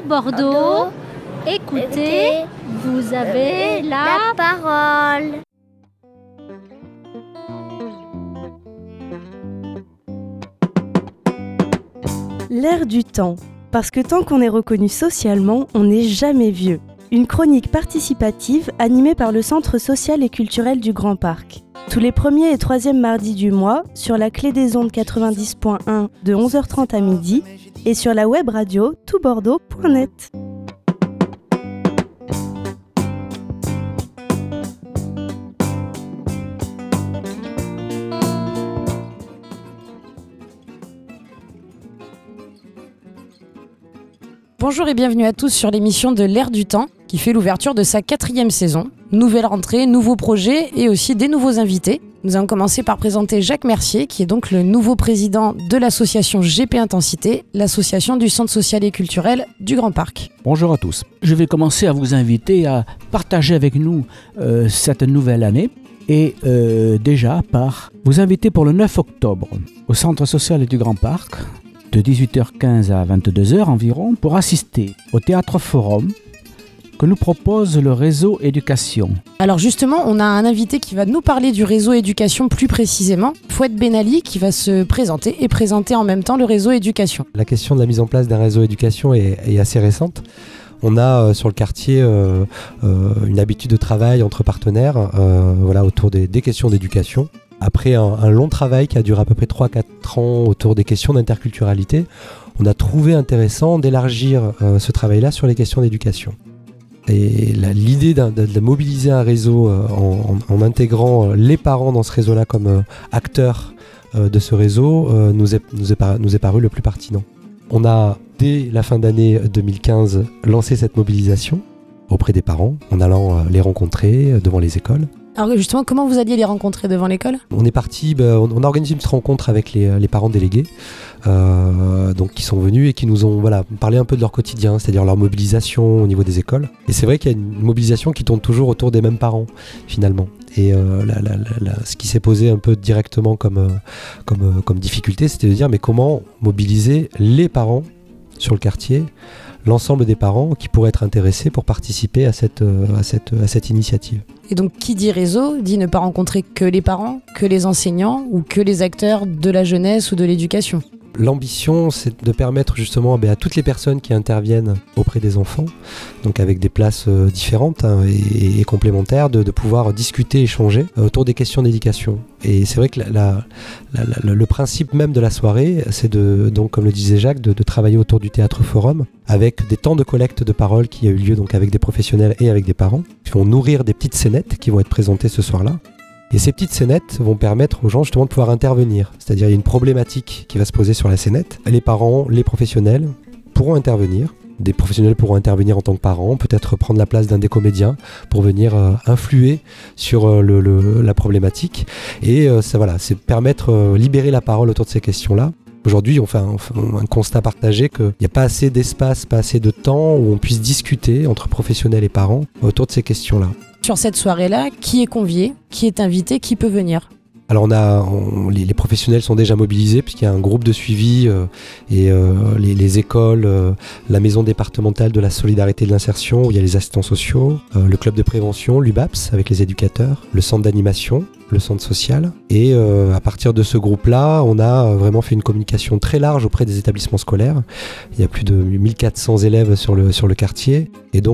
tout Bordeaux, écoutez, vous avez la parole. L'air du temps, parce que tant qu'on est reconnu socialement, on n'est jamais vieux. Une chronique participative animée par le Centre social et culturel du Grand Parc. Tous les premiers et troisièmes mardis du mois, sur la Clé des Ondes 90.1 de 11h30 à midi et sur la web radio toutbordeaux.net. Bonjour et bienvenue à tous sur l'émission de l'Air du temps qui fait l'ouverture de sa 4e saison. Nouvelle rentrée, nouveaux projets et aussi des nouveaux invités. Nous allons commencer par présenter Jacques Mercier qui est donc le nouveau président de l'association GP Intensité, l'association du Centre social et culturel du Grand Parc. Bonjour à tous. Je vais commencer à vous inviter à partager avec nous cette nouvelle année et déjà par vous inviter pour le 9 octobre au Centre social et du Grand Parc de 18h15 à 22h environ pour assister au Théâtre Forum que nous propose le réseau éducation. Alors justement, on a un invité qui va nous parler du réseau éducation plus précisément, Fouad Benali, qui va se présenter et présenter en même temps le réseau éducation. La question de la mise en place d'un réseau éducation est assez récente. On a sur le quartier une habitude de travail entre partenaires autour des questions d'éducation. Après un long travail qui a duré à peu près 3-4 ans autour des questions d'interculturalité, on a trouvé intéressant d'élargir ce travail-là sur les questions d'éducation. Et l'idée de mobiliser un réseau en intégrant les parents dans ce réseau-là comme acteurs de ce réseau nous est paru le plus pertinent. On a, dès la fin d'année 2015, lancé cette mobilisation auprès des parents en allant les rencontrer devant les écoles. Alors justement, comment vous alliez les rencontrer devant l'école ? On est parti, on a organisé une petite rencontre avec les parents délégués donc qui sont venus et qui nous ont parlé un peu de leur quotidien, c'est-à-dire leur mobilisation au niveau des écoles. Et c'est vrai qu'il y a une mobilisation qui tourne toujours autour des mêmes parents finalement. Et ce qui s'est posé un peu directement comme difficulté, c'était de dire mais comment mobiliser les parents sur le quartier, l'ensemble des parents qui pourraient être intéressés pour participer à cette initiative. Et donc qui dit réseau dit ne pas rencontrer que les parents, que les enseignants ou que les acteurs de la jeunesse ou de l'éducation. L'ambition, c'est de permettre justement à toutes les personnes qui interviennent auprès des enfants, donc avec des places différentes et complémentaires, de pouvoir discuter, échanger autour des questions d'éducation. Et c'est vrai que le principe même de la soirée, c'est donc, comme le disait Jacques, de travailler autour du Théâtre Forum, avec des temps de collecte de parole qui a eu lieu donc avec des professionnels et avec des parents, qui vont nourrir des petites scénettes qui vont être présentées ce soir-là. Et ces petites scénettes vont permettre aux gens justement de pouvoir intervenir. C'est-à-dire il y a une problématique qui va se poser sur la scénette. Les parents, les professionnels pourront intervenir. Des professionnels pourront intervenir en tant que parents, peut-être prendre la place d'un des comédiens pour venir influer sur la problématique. Et c'est permettre, libérer la parole autour de ces questions-là. Aujourd'hui, on fait un constat partagé qu'il n'y a pas assez d'espace, pas assez de temps où on puisse discuter entre professionnels et parents autour de ces questions-là. Sur cette soirée-là, qui est convié, qui est invité, qui peut venir ? Alors les professionnels sont déjà mobilisés puisqu'il y a un groupe de suivi et les écoles, la maison départementale de la solidarité et de l'insertion où il y a les assistants sociaux, le club de prévention, l'UBAPS avec les éducateurs, le centre d'animation, le centre social. Et à partir de ce groupe-là, on a vraiment fait une communication très large auprès des établissements scolaires. Il y a plus de 1400 élèves sur le quartier. Et donc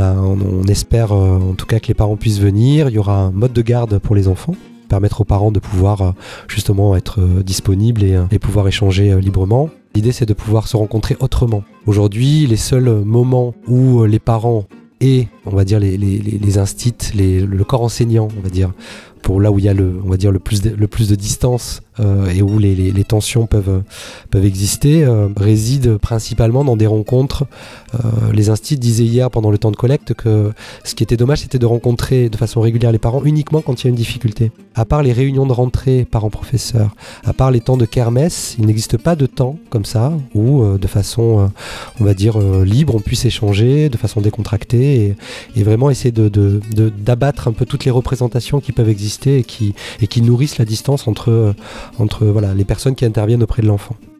on espère en tout cas que les parents puissent venir. Il y aura un mode de garde pour les enfants, permettre aux parents de pouvoir justement être disponibles et pouvoir échanger librement. L'idée, c'est de pouvoir se rencontrer autrement. Aujourd'hui, les seuls moments où les parents et, on va dire, les instits, le corps enseignant, on va dire, pour là où il y a le plus de distance et où les tensions peuvent exister, résident principalement dans des rencontres. Les instits disaient hier pendant le temps de collecte que ce qui était dommage, c'était de rencontrer de façon régulière les parents uniquement quand il y a une difficulté. À part les réunions de rentrée parents-professeurs, à part les temps de kermesse, il n'existe pas de temps comme ça où de façon, on va dire, libre, on puisse échanger de façon décontractée et vraiment essayer d'abattre un peu toutes les représentations qui peuvent exister et qui nourrissent la distance entre les personnes qui interviennent auprès de l'enfant.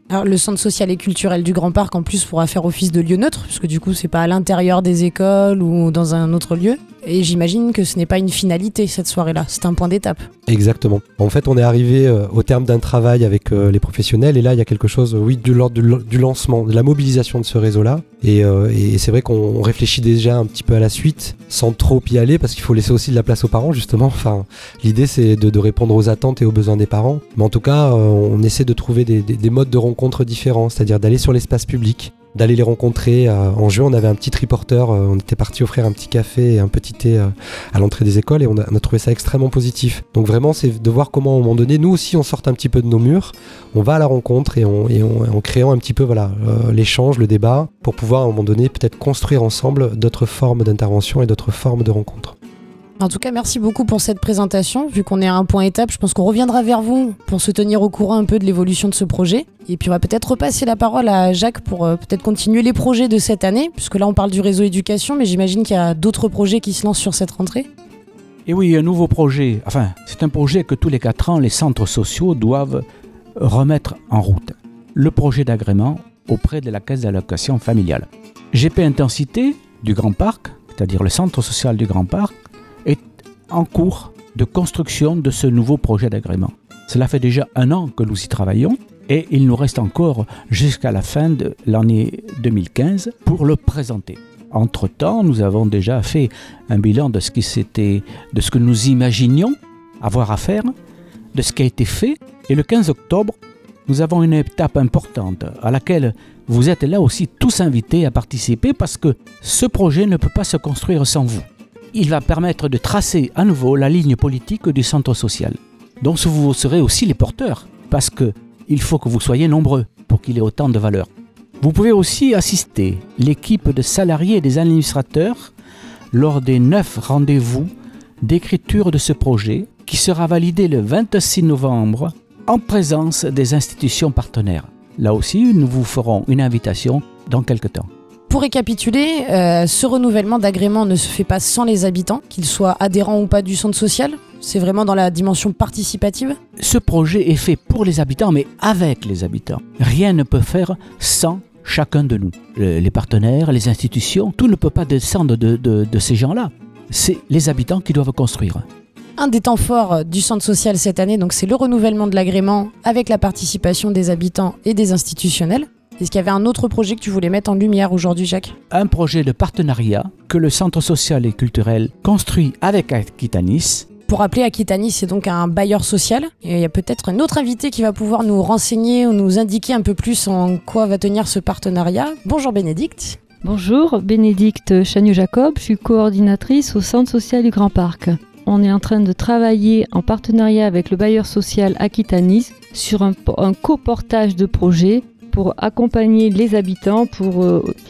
Alors, le centre social et culturel du Grand Parc, en plus, pourra faire office de lieu neutre, puisque du coup, c'est pas à l'intérieur des écoles ou dans un autre lieu. Et j'imagine que ce n'est pas une finalité, cette soirée-là. C'est un point d'étape. Exactement. En fait, on est arrivé au terme d'un travail avec les professionnels, et là, il y a quelque chose, de l'ordre du lancement, de la mobilisation de ce réseau-là. Et c'est vrai qu'on réfléchit déjà un petit peu à la suite, sans trop y aller, parce qu'il faut laisser aussi de la place aux parents, justement. Enfin, l'idée, c'est de répondre aux attentes et aux besoins des parents. Mais en tout cas, on essaie de trouver des modes de rencontre différents, c'est-à-dire d'aller sur l'espace public, d'aller les rencontrer. En juin, on avait un petit triporteur, on était parti offrir un petit café et un petit thé à l'entrée des écoles, et on a trouvé ça extrêmement positif. Donc vraiment, c'est de voir comment, à un moment donné, nous aussi, on sort un petit peu de nos murs, on va à la rencontre, et en créant un petit peu l'échange, le débat, pour pouvoir, à un moment donné, peut-être construire ensemble d'autres formes d'intervention et d'autres formes de rencontres. En tout cas, merci beaucoup pour cette présentation. Vu qu'on est à un point étape, je pense qu'on reviendra vers vous pour se tenir au courant un peu de l'évolution de ce projet. Et puis on va peut-être repasser la parole à Jacques pour peut-être continuer les projets de cette année, puisque là on parle du réseau éducation, mais j'imagine qu'il y a d'autres projets qui se lancent sur cette rentrée. Et oui, un nouveau projet. Enfin, c'est un projet que tous les 4 ans, les centres sociaux doivent remettre en route. Le projet d'agrément auprès de la Caisse d'allocation familiale. GP Intensité du Grand Parc, c'est-à-dire le centre social du Grand Parc, est en cours de construction de ce nouveau projet d'agrément. Cela fait déjà 1 an que nous y travaillons et il nous reste encore jusqu'à la fin de l'année 2015 pour le présenter. Entre-temps, nous avons déjà fait un bilan de ce que nous imaginions avoir à faire, de ce qui a été fait. Et le 15 octobre, nous avons une étape importante à laquelle vous êtes là aussi tous invités à participer, parce que ce projet ne peut pas se construire sans vous. Il va permettre de tracer à nouveau la ligne politique du centre social, dont vous serez aussi les porteurs, parce qu'il faut que vous soyez nombreux pour qu'il ait autant de valeur. Vous pouvez aussi assister l'équipe de salariés et des administrateurs lors des 9 rendez-vous d'écriture de ce projet, qui sera validé le 26 novembre en présence des institutions partenaires. Là aussi, nous vous ferons une invitation dans quelques temps. Pour récapituler, ce renouvellement d'agrément ne se fait pas sans les habitants, qu'ils soient adhérents ou pas du centre social. C'est vraiment dans la dimension participative. Ce projet est fait pour les habitants, mais avec les habitants. Rien ne peut faire sans chacun de nous. Les partenaires, les institutions, tout ne peut pas descendre de ces gens-là. C'est les habitants qui doivent construire. Un des temps forts du centre social cette année, donc, c'est le renouvellement de l'agrément avec la participation des habitants et des institutionnels. Est-ce qu'il y avait un autre projet que tu voulais mettre en lumière aujourd'hui, Jacques ? Un projet de partenariat que le centre social et culturel construit avec Aquitanis. Pour rappeler, Aquitanis, c'est donc un bailleur social. Et il y a peut-être un autre invité qui va pouvoir nous renseigner ou nous indiquer un peu plus en quoi va tenir ce partenariat. Bonjour Bénédicte. Bonjour, Bénédicte Chagnon-Jacob, je suis coordinatrice au centre social du Grand Parc. On est en train de travailler en partenariat avec le bailleur social Aquitanis sur un coportage de projets pour accompagner les habitants, pour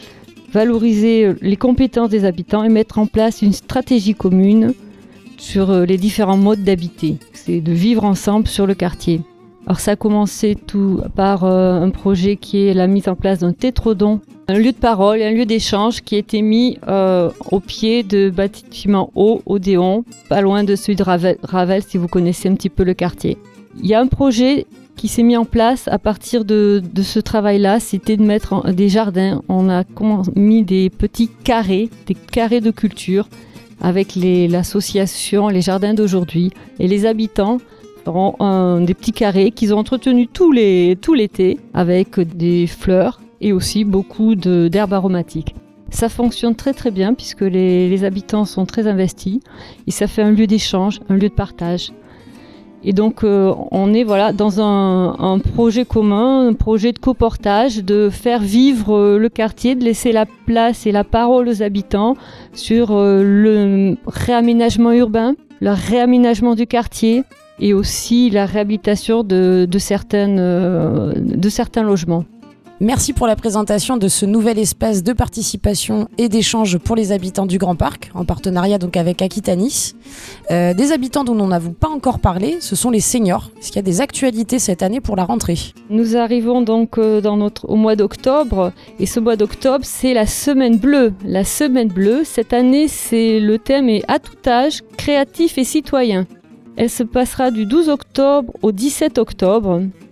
valoriser les compétences des habitants et mettre en place une stratégie commune sur les différents modes d'habiter. C'est de vivre ensemble sur le quartier. Alors ça a commencé tout par un projet qui est la mise en place d'un tétrodon, un lieu de parole, un lieu d'échange qui a été mis au pied de bâtiments hauts, Odéon, pas loin de celui de Ravel, si vous connaissez un petit peu le quartier. Il y a un projet qui s'est mis en place à partir de ce travail-là, c'était de mettre des jardins. On a mis des petits carrés, des carrés de culture avec l'association Les Jardins d'aujourd'hui. Et les habitants auront des petits carrés qu'ils ont entretenus tout l'été avec des fleurs et aussi beaucoup d'herbes aromatiques. Ça fonctionne très très bien puisque les habitants sont très investis et ça fait un lieu d'échange, un lieu de partage. Et donc on est dans un projet commun, un projet de coportage, de faire vivre le quartier, de laisser la place et la parole aux habitants sur le réaménagement urbain, le réaménagement du quartier et aussi la réhabilitation de certains logements. Merci pour la présentation de ce nouvel espace de participation et d'échange pour les habitants du Grand Parc, en partenariat donc avec Aquitanis. Des habitants dont nous n'avons pas encore parlé, ce sont les seniors. Est-ce qu'il y a des actualités cette année pour la rentrée ? Nous arrivons donc au mois d'octobre, et ce mois d'octobre, c'est la Semaine Bleue. La Semaine Bleue, cette année, le thème est « À tout âge, créatif et citoyen ». Elle se passera du 12 octobre au 17 octobre.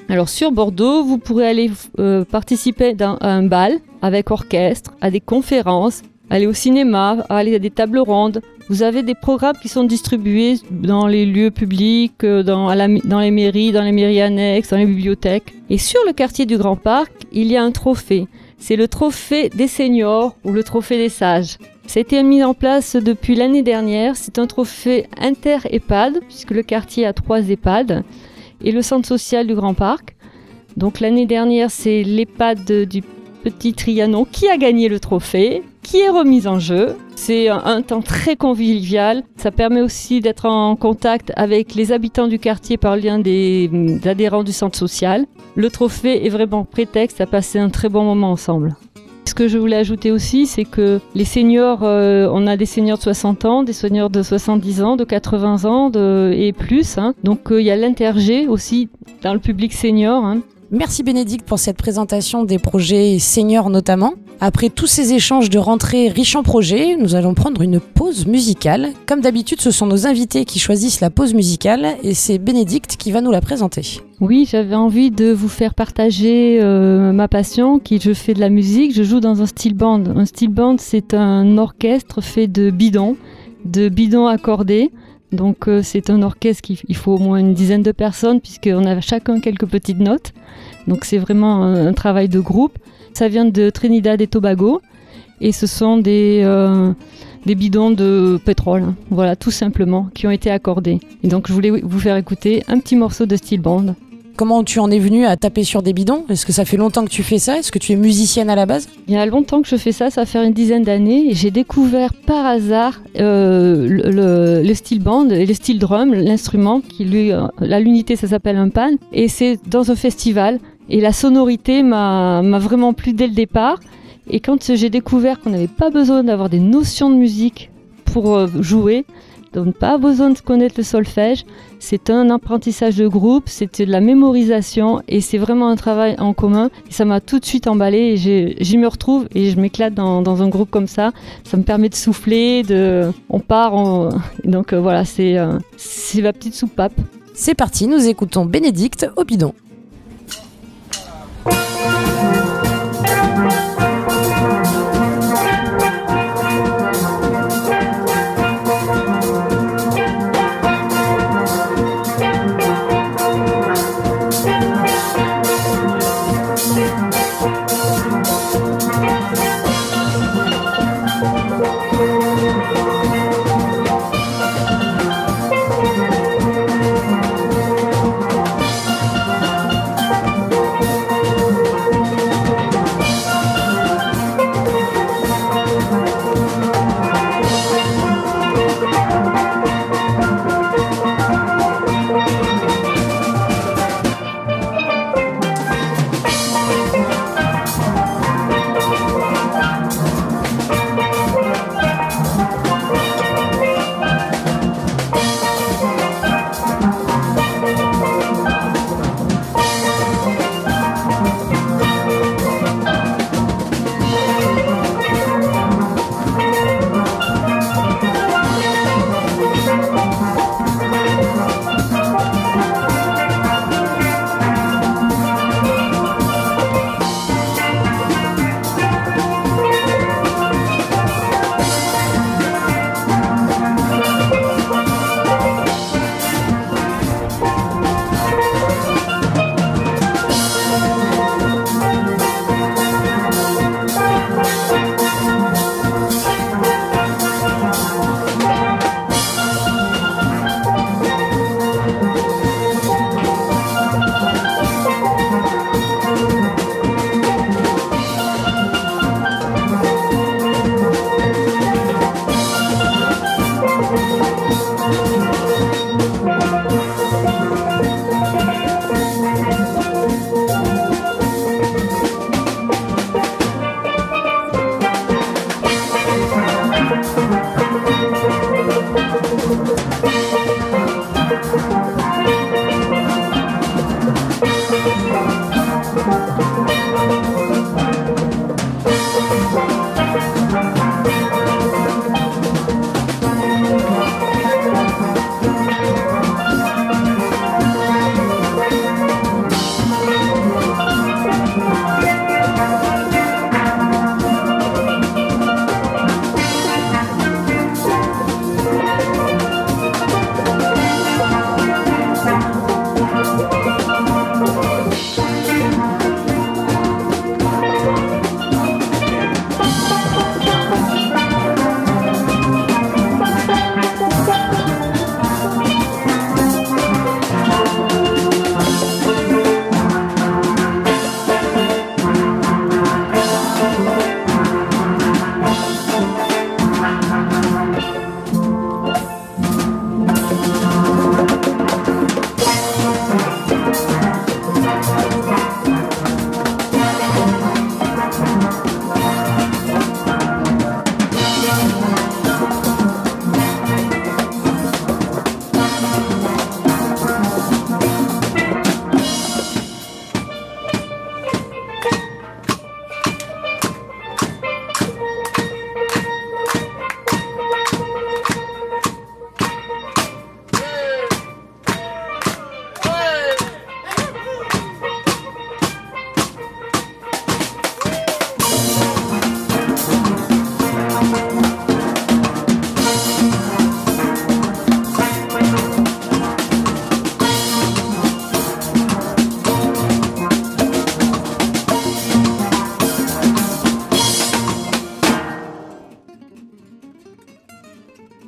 Alors sur Bordeaux, vous pourrez aller participer à un bal avec orchestre, à des conférences, aller au cinéma, aller à des tables rondes. Vous avez des programmes qui sont distribués dans les lieux publics, dans les mairies annexes, dans les bibliothèques. Et sur le quartier du Grand Parc, il y a un trophée. C'est le trophée des seniors ou le trophée des sages. Ça a été mis en place depuis l'année dernière. C'est un trophée inter-EHPAD, puisque le quartier a 3 EHPAD, et le centre social du Grand Parc. Donc l'année dernière, c'est l'EHPAD du Petit Trianon qui a gagné le trophée, qui est remise en jeu. C'est un temps très convivial. Ça permet aussi d'être en contact avec les habitants du quartier par le lien des adhérents du centre social. Le trophée est vraiment prétexte à passer un très bon moment ensemble. Ce que je voulais ajouter aussi, c'est que les seniors, on a des seniors de 60 ans, des seniors de 70 ans, de 80 ans et plus. Donc il y a l'Intergé aussi dans le public senior. Merci Bénédicte pour cette présentation des projets seniors notamment. Après tous ces échanges de rentrée riches en projets, nous allons prendre une pause musicale. Comme d'habitude, ce sont nos invités qui choisissent la pause musicale et c'est Bénédicte qui va nous la présenter. Oui, j'avais envie de vous faire partager ma passion, je fais de la musique, je joue dans un steel band. Un steel band, c'est un orchestre fait de bidons accordés. Donc c'est un orchestre il faut au moins une dizaine de personnes puisqu'on a chacun quelques petites notes. Donc c'est vraiment un travail de groupe. Ça vient de Trinidad et Tobago et ce sont des bidons de pétrole, voilà, tout simplement, qui ont été accordés. Et donc je voulais vous faire écouter un petit morceau de steel band. Comment tu en es venue à taper sur des bidons ? Est-ce que ça fait longtemps que tu fais ça ? Est-ce que tu es musicienne à la base ? Il y a longtemps que je fais ça fait une dizaine d'années. Et j'ai découvert par hasard le steel band et le steel drum, l'instrument, l'unité ça s'appelle un pan. Et c'est dans un festival. Et la sonorité m'a vraiment plu dès le départ. Et quand j'ai découvert qu'on n'avait pas besoin d'avoir des notions de musique pour jouer, donc pas besoin de connaître le solfège, c'est un apprentissage de groupe, c'est de la mémorisation et c'est vraiment un travail en commun. Et ça m'a tout de suite emballée et j'y me retrouve et je m'éclate dans un groupe comme ça. Ça me permet de souffler, on part, donc voilà, c'est ma petite soupape. C'est parti, nous écoutons Bénédicte au bidon.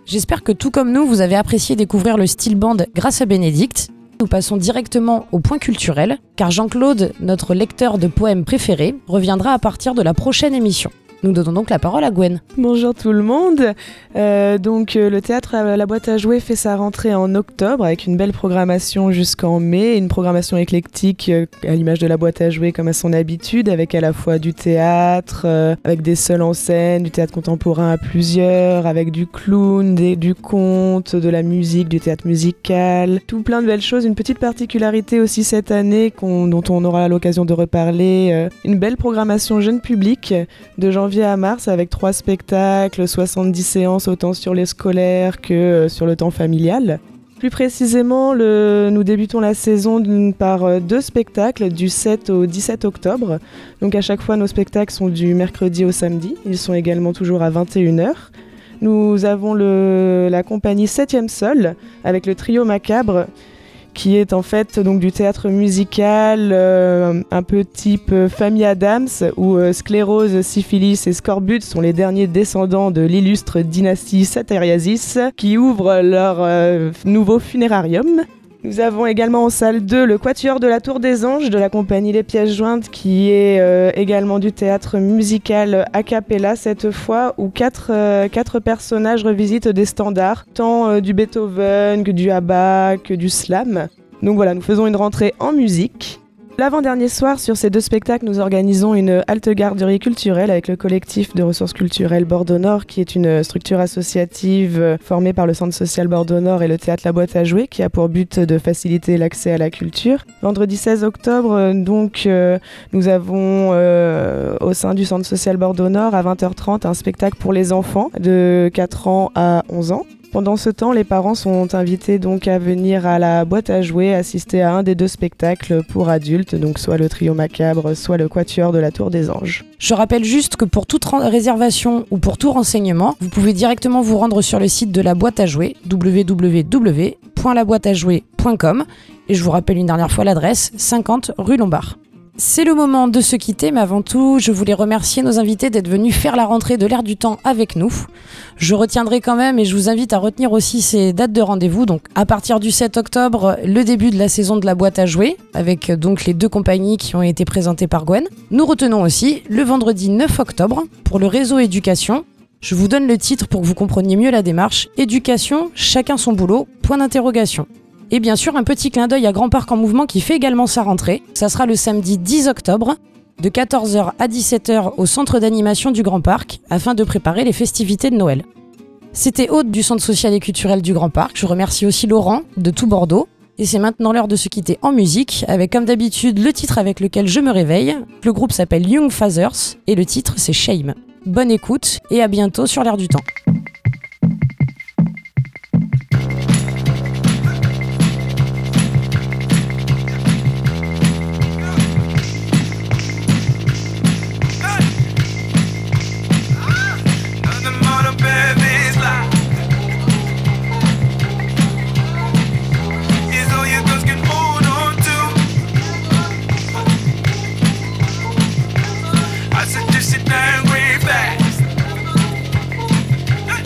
J'espère que tout comme nous, vous avez apprécié découvrir le style band grâce à Bénédicte. Nous passons directement au point culturel, car Jean-Claude, notre lecteur de poèmes préféré, reviendra à partir de la prochaine émission. Nous donnons donc la parole à Gwen. Bonjour tout le monde. Le théâtre à la boîte à jouer fait sa rentrée en octobre avec une belle programmation jusqu'en mai, une programmation éclectique à l'image de la boîte à jouer comme à son habitude, avec à la fois du théâtre, avec des seuls en scène, du théâtre contemporain à plusieurs, avec du clown, du conte, de la musique, du théâtre musical, tout plein de belles choses. Une petite particularité aussi cette année dont on aura l'occasion de reparler, une belle programmation jeune public de janvier à mars avec 3 spectacles, 70 séances autant sur les scolaires que sur le temps familial. Plus précisément, nous débutons la saison par 2 spectacles du 7 au 17 octobre. Donc à chaque fois, nos spectacles sont du mercredi au samedi. Ils sont également toujours à 21h. Nous avons la compagnie 7e Sol avec le trio Macabre, qui est en fait donc du théâtre musical un peu type Famille Adams, où Sclérose, Syphilis et Scorbut sont les derniers descendants de l'illustre dynastie Satyriasis, qui ouvrent leur nouveau funérarium. Nous avons également en salle 2 le Quatuor de la Tour des Anges de la compagnie Les Pièces Jointes, qui est également du théâtre musical a cappella cette fois, où 4 personnages revisitent des standards, tant du Beethoven que du ABBA que du slam. Donc voilà, nous faisons une rentrée en musique. L'avant-dernier soir, sur ces 2 spectacles, nous organisons une halte-garderie culturelle avec le collectif de ressources culturelles Bordeaux-Nord, qui est une structure associative formée par le Centre social Bordeaux-Nord et le théâtre La Boîte à Jouer, qui a pour but de faciliter l'accès à la culture. Vendredi 16 octobre, nous avons au sein du Centre social Bordeaux-Nord à 20h30 un spectacle pour les enfants de 4 ans à 11 ans. Pendant ce temps, les parents sont invités donc à venir à la boîte à jouer, assister à un des 2 spectacles pour adultes, donc soit le trio Macabre, soit le Quatuor de la Tour des Anges. Je rappelle juste que pour toute réservation ou pour tout renseignement, vous pouvez directement vous rendre sur le site de la boîte à jouer, www.laboîteajouer.com, et je vous rappelle une dernière fois l'adresse, 50 rue Lombard. C'est le moment de se quitter, mais avant tout, je voulais remercier nos invités d'être venus faire la rentrée de l'Air du Temps avec nous. Je retiendrai quand même, et je vous invite à retenir aussi ces dates de rendez-vous. Donc, à partir du 7 octobre, le début de la saison de la boîte à jouer, avec donc les 2 compagnies qui ont été présentées par Gwen. Nous retenons aussi le vendredi 9 octobre pour le réseau éducation. Je vous donne le titre pour que vous compreniez mieux la démarche. Éducation, chacun son boulot, point d'interrogation. Et bien sûr, un petit clin d'œil à Grand Parc en Mouvement qui fait également sa rentrée. Ça sera le samedi 10 octobre, de 14h à 17h au centre d'animation du Grand Parc, afin de préparer les festivités de Noël. C'était Aude du Centre social et culturel du Grand Parc. Je remercie aussi Laurent de tout Bordeaux. Et c'est maintenant l'heure de se quitter en musique, avec comme d'habitude le titre avec lequel je me réveille. Le groupe s'appelle Young Fathers et le titre c'est Shame. Bonne écoute et à bientôt sur l'Air du Temps. Sit down way fast.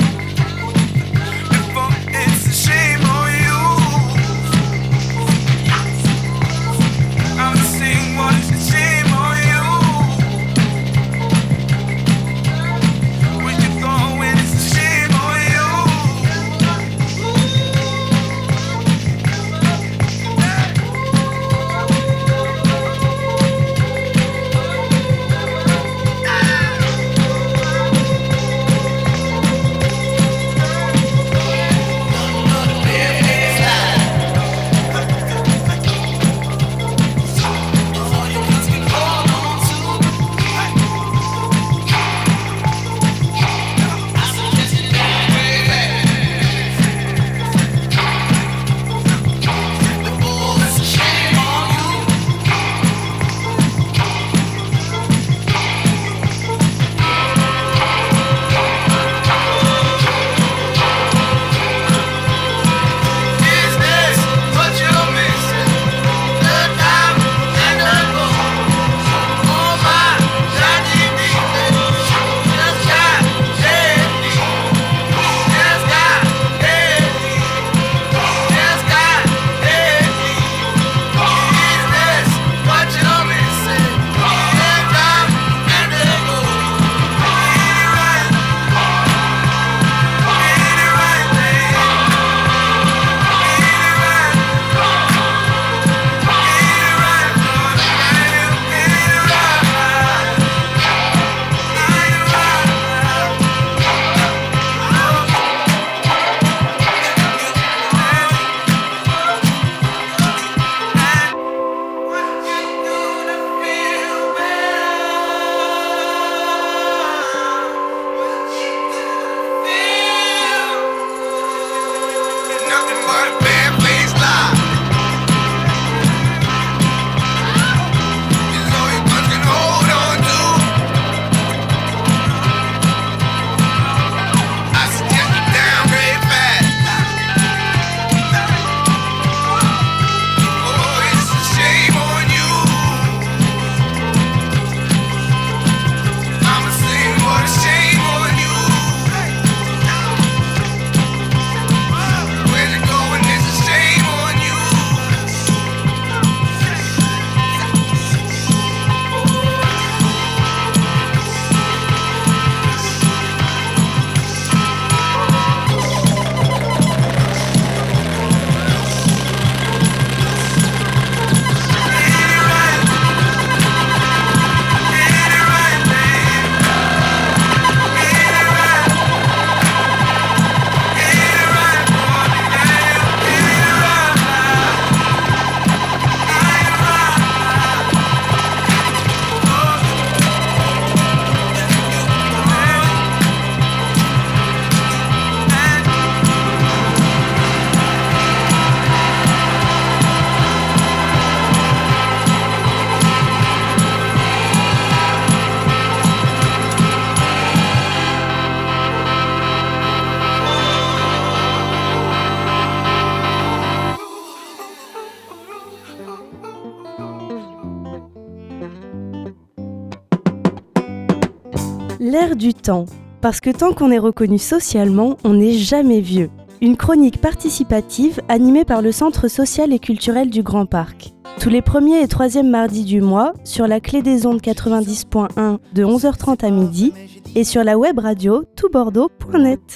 L'air du temps, parce que tant qu'on est reconnu socialement, on n'est jamais vieux. Une chronique participative animée par le Centre social et culturel du Grand Parc. Tous les premiers et troisièmes mardis du mois, sur la Clé des Ondes 90.1 de 11h30 à midi et sur la web radio toutbordeaux.net.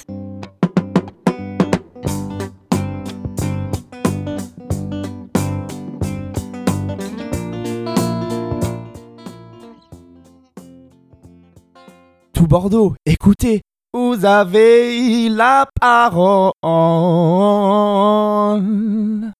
Tout Bordeaux, écoutez, vous avez la parole.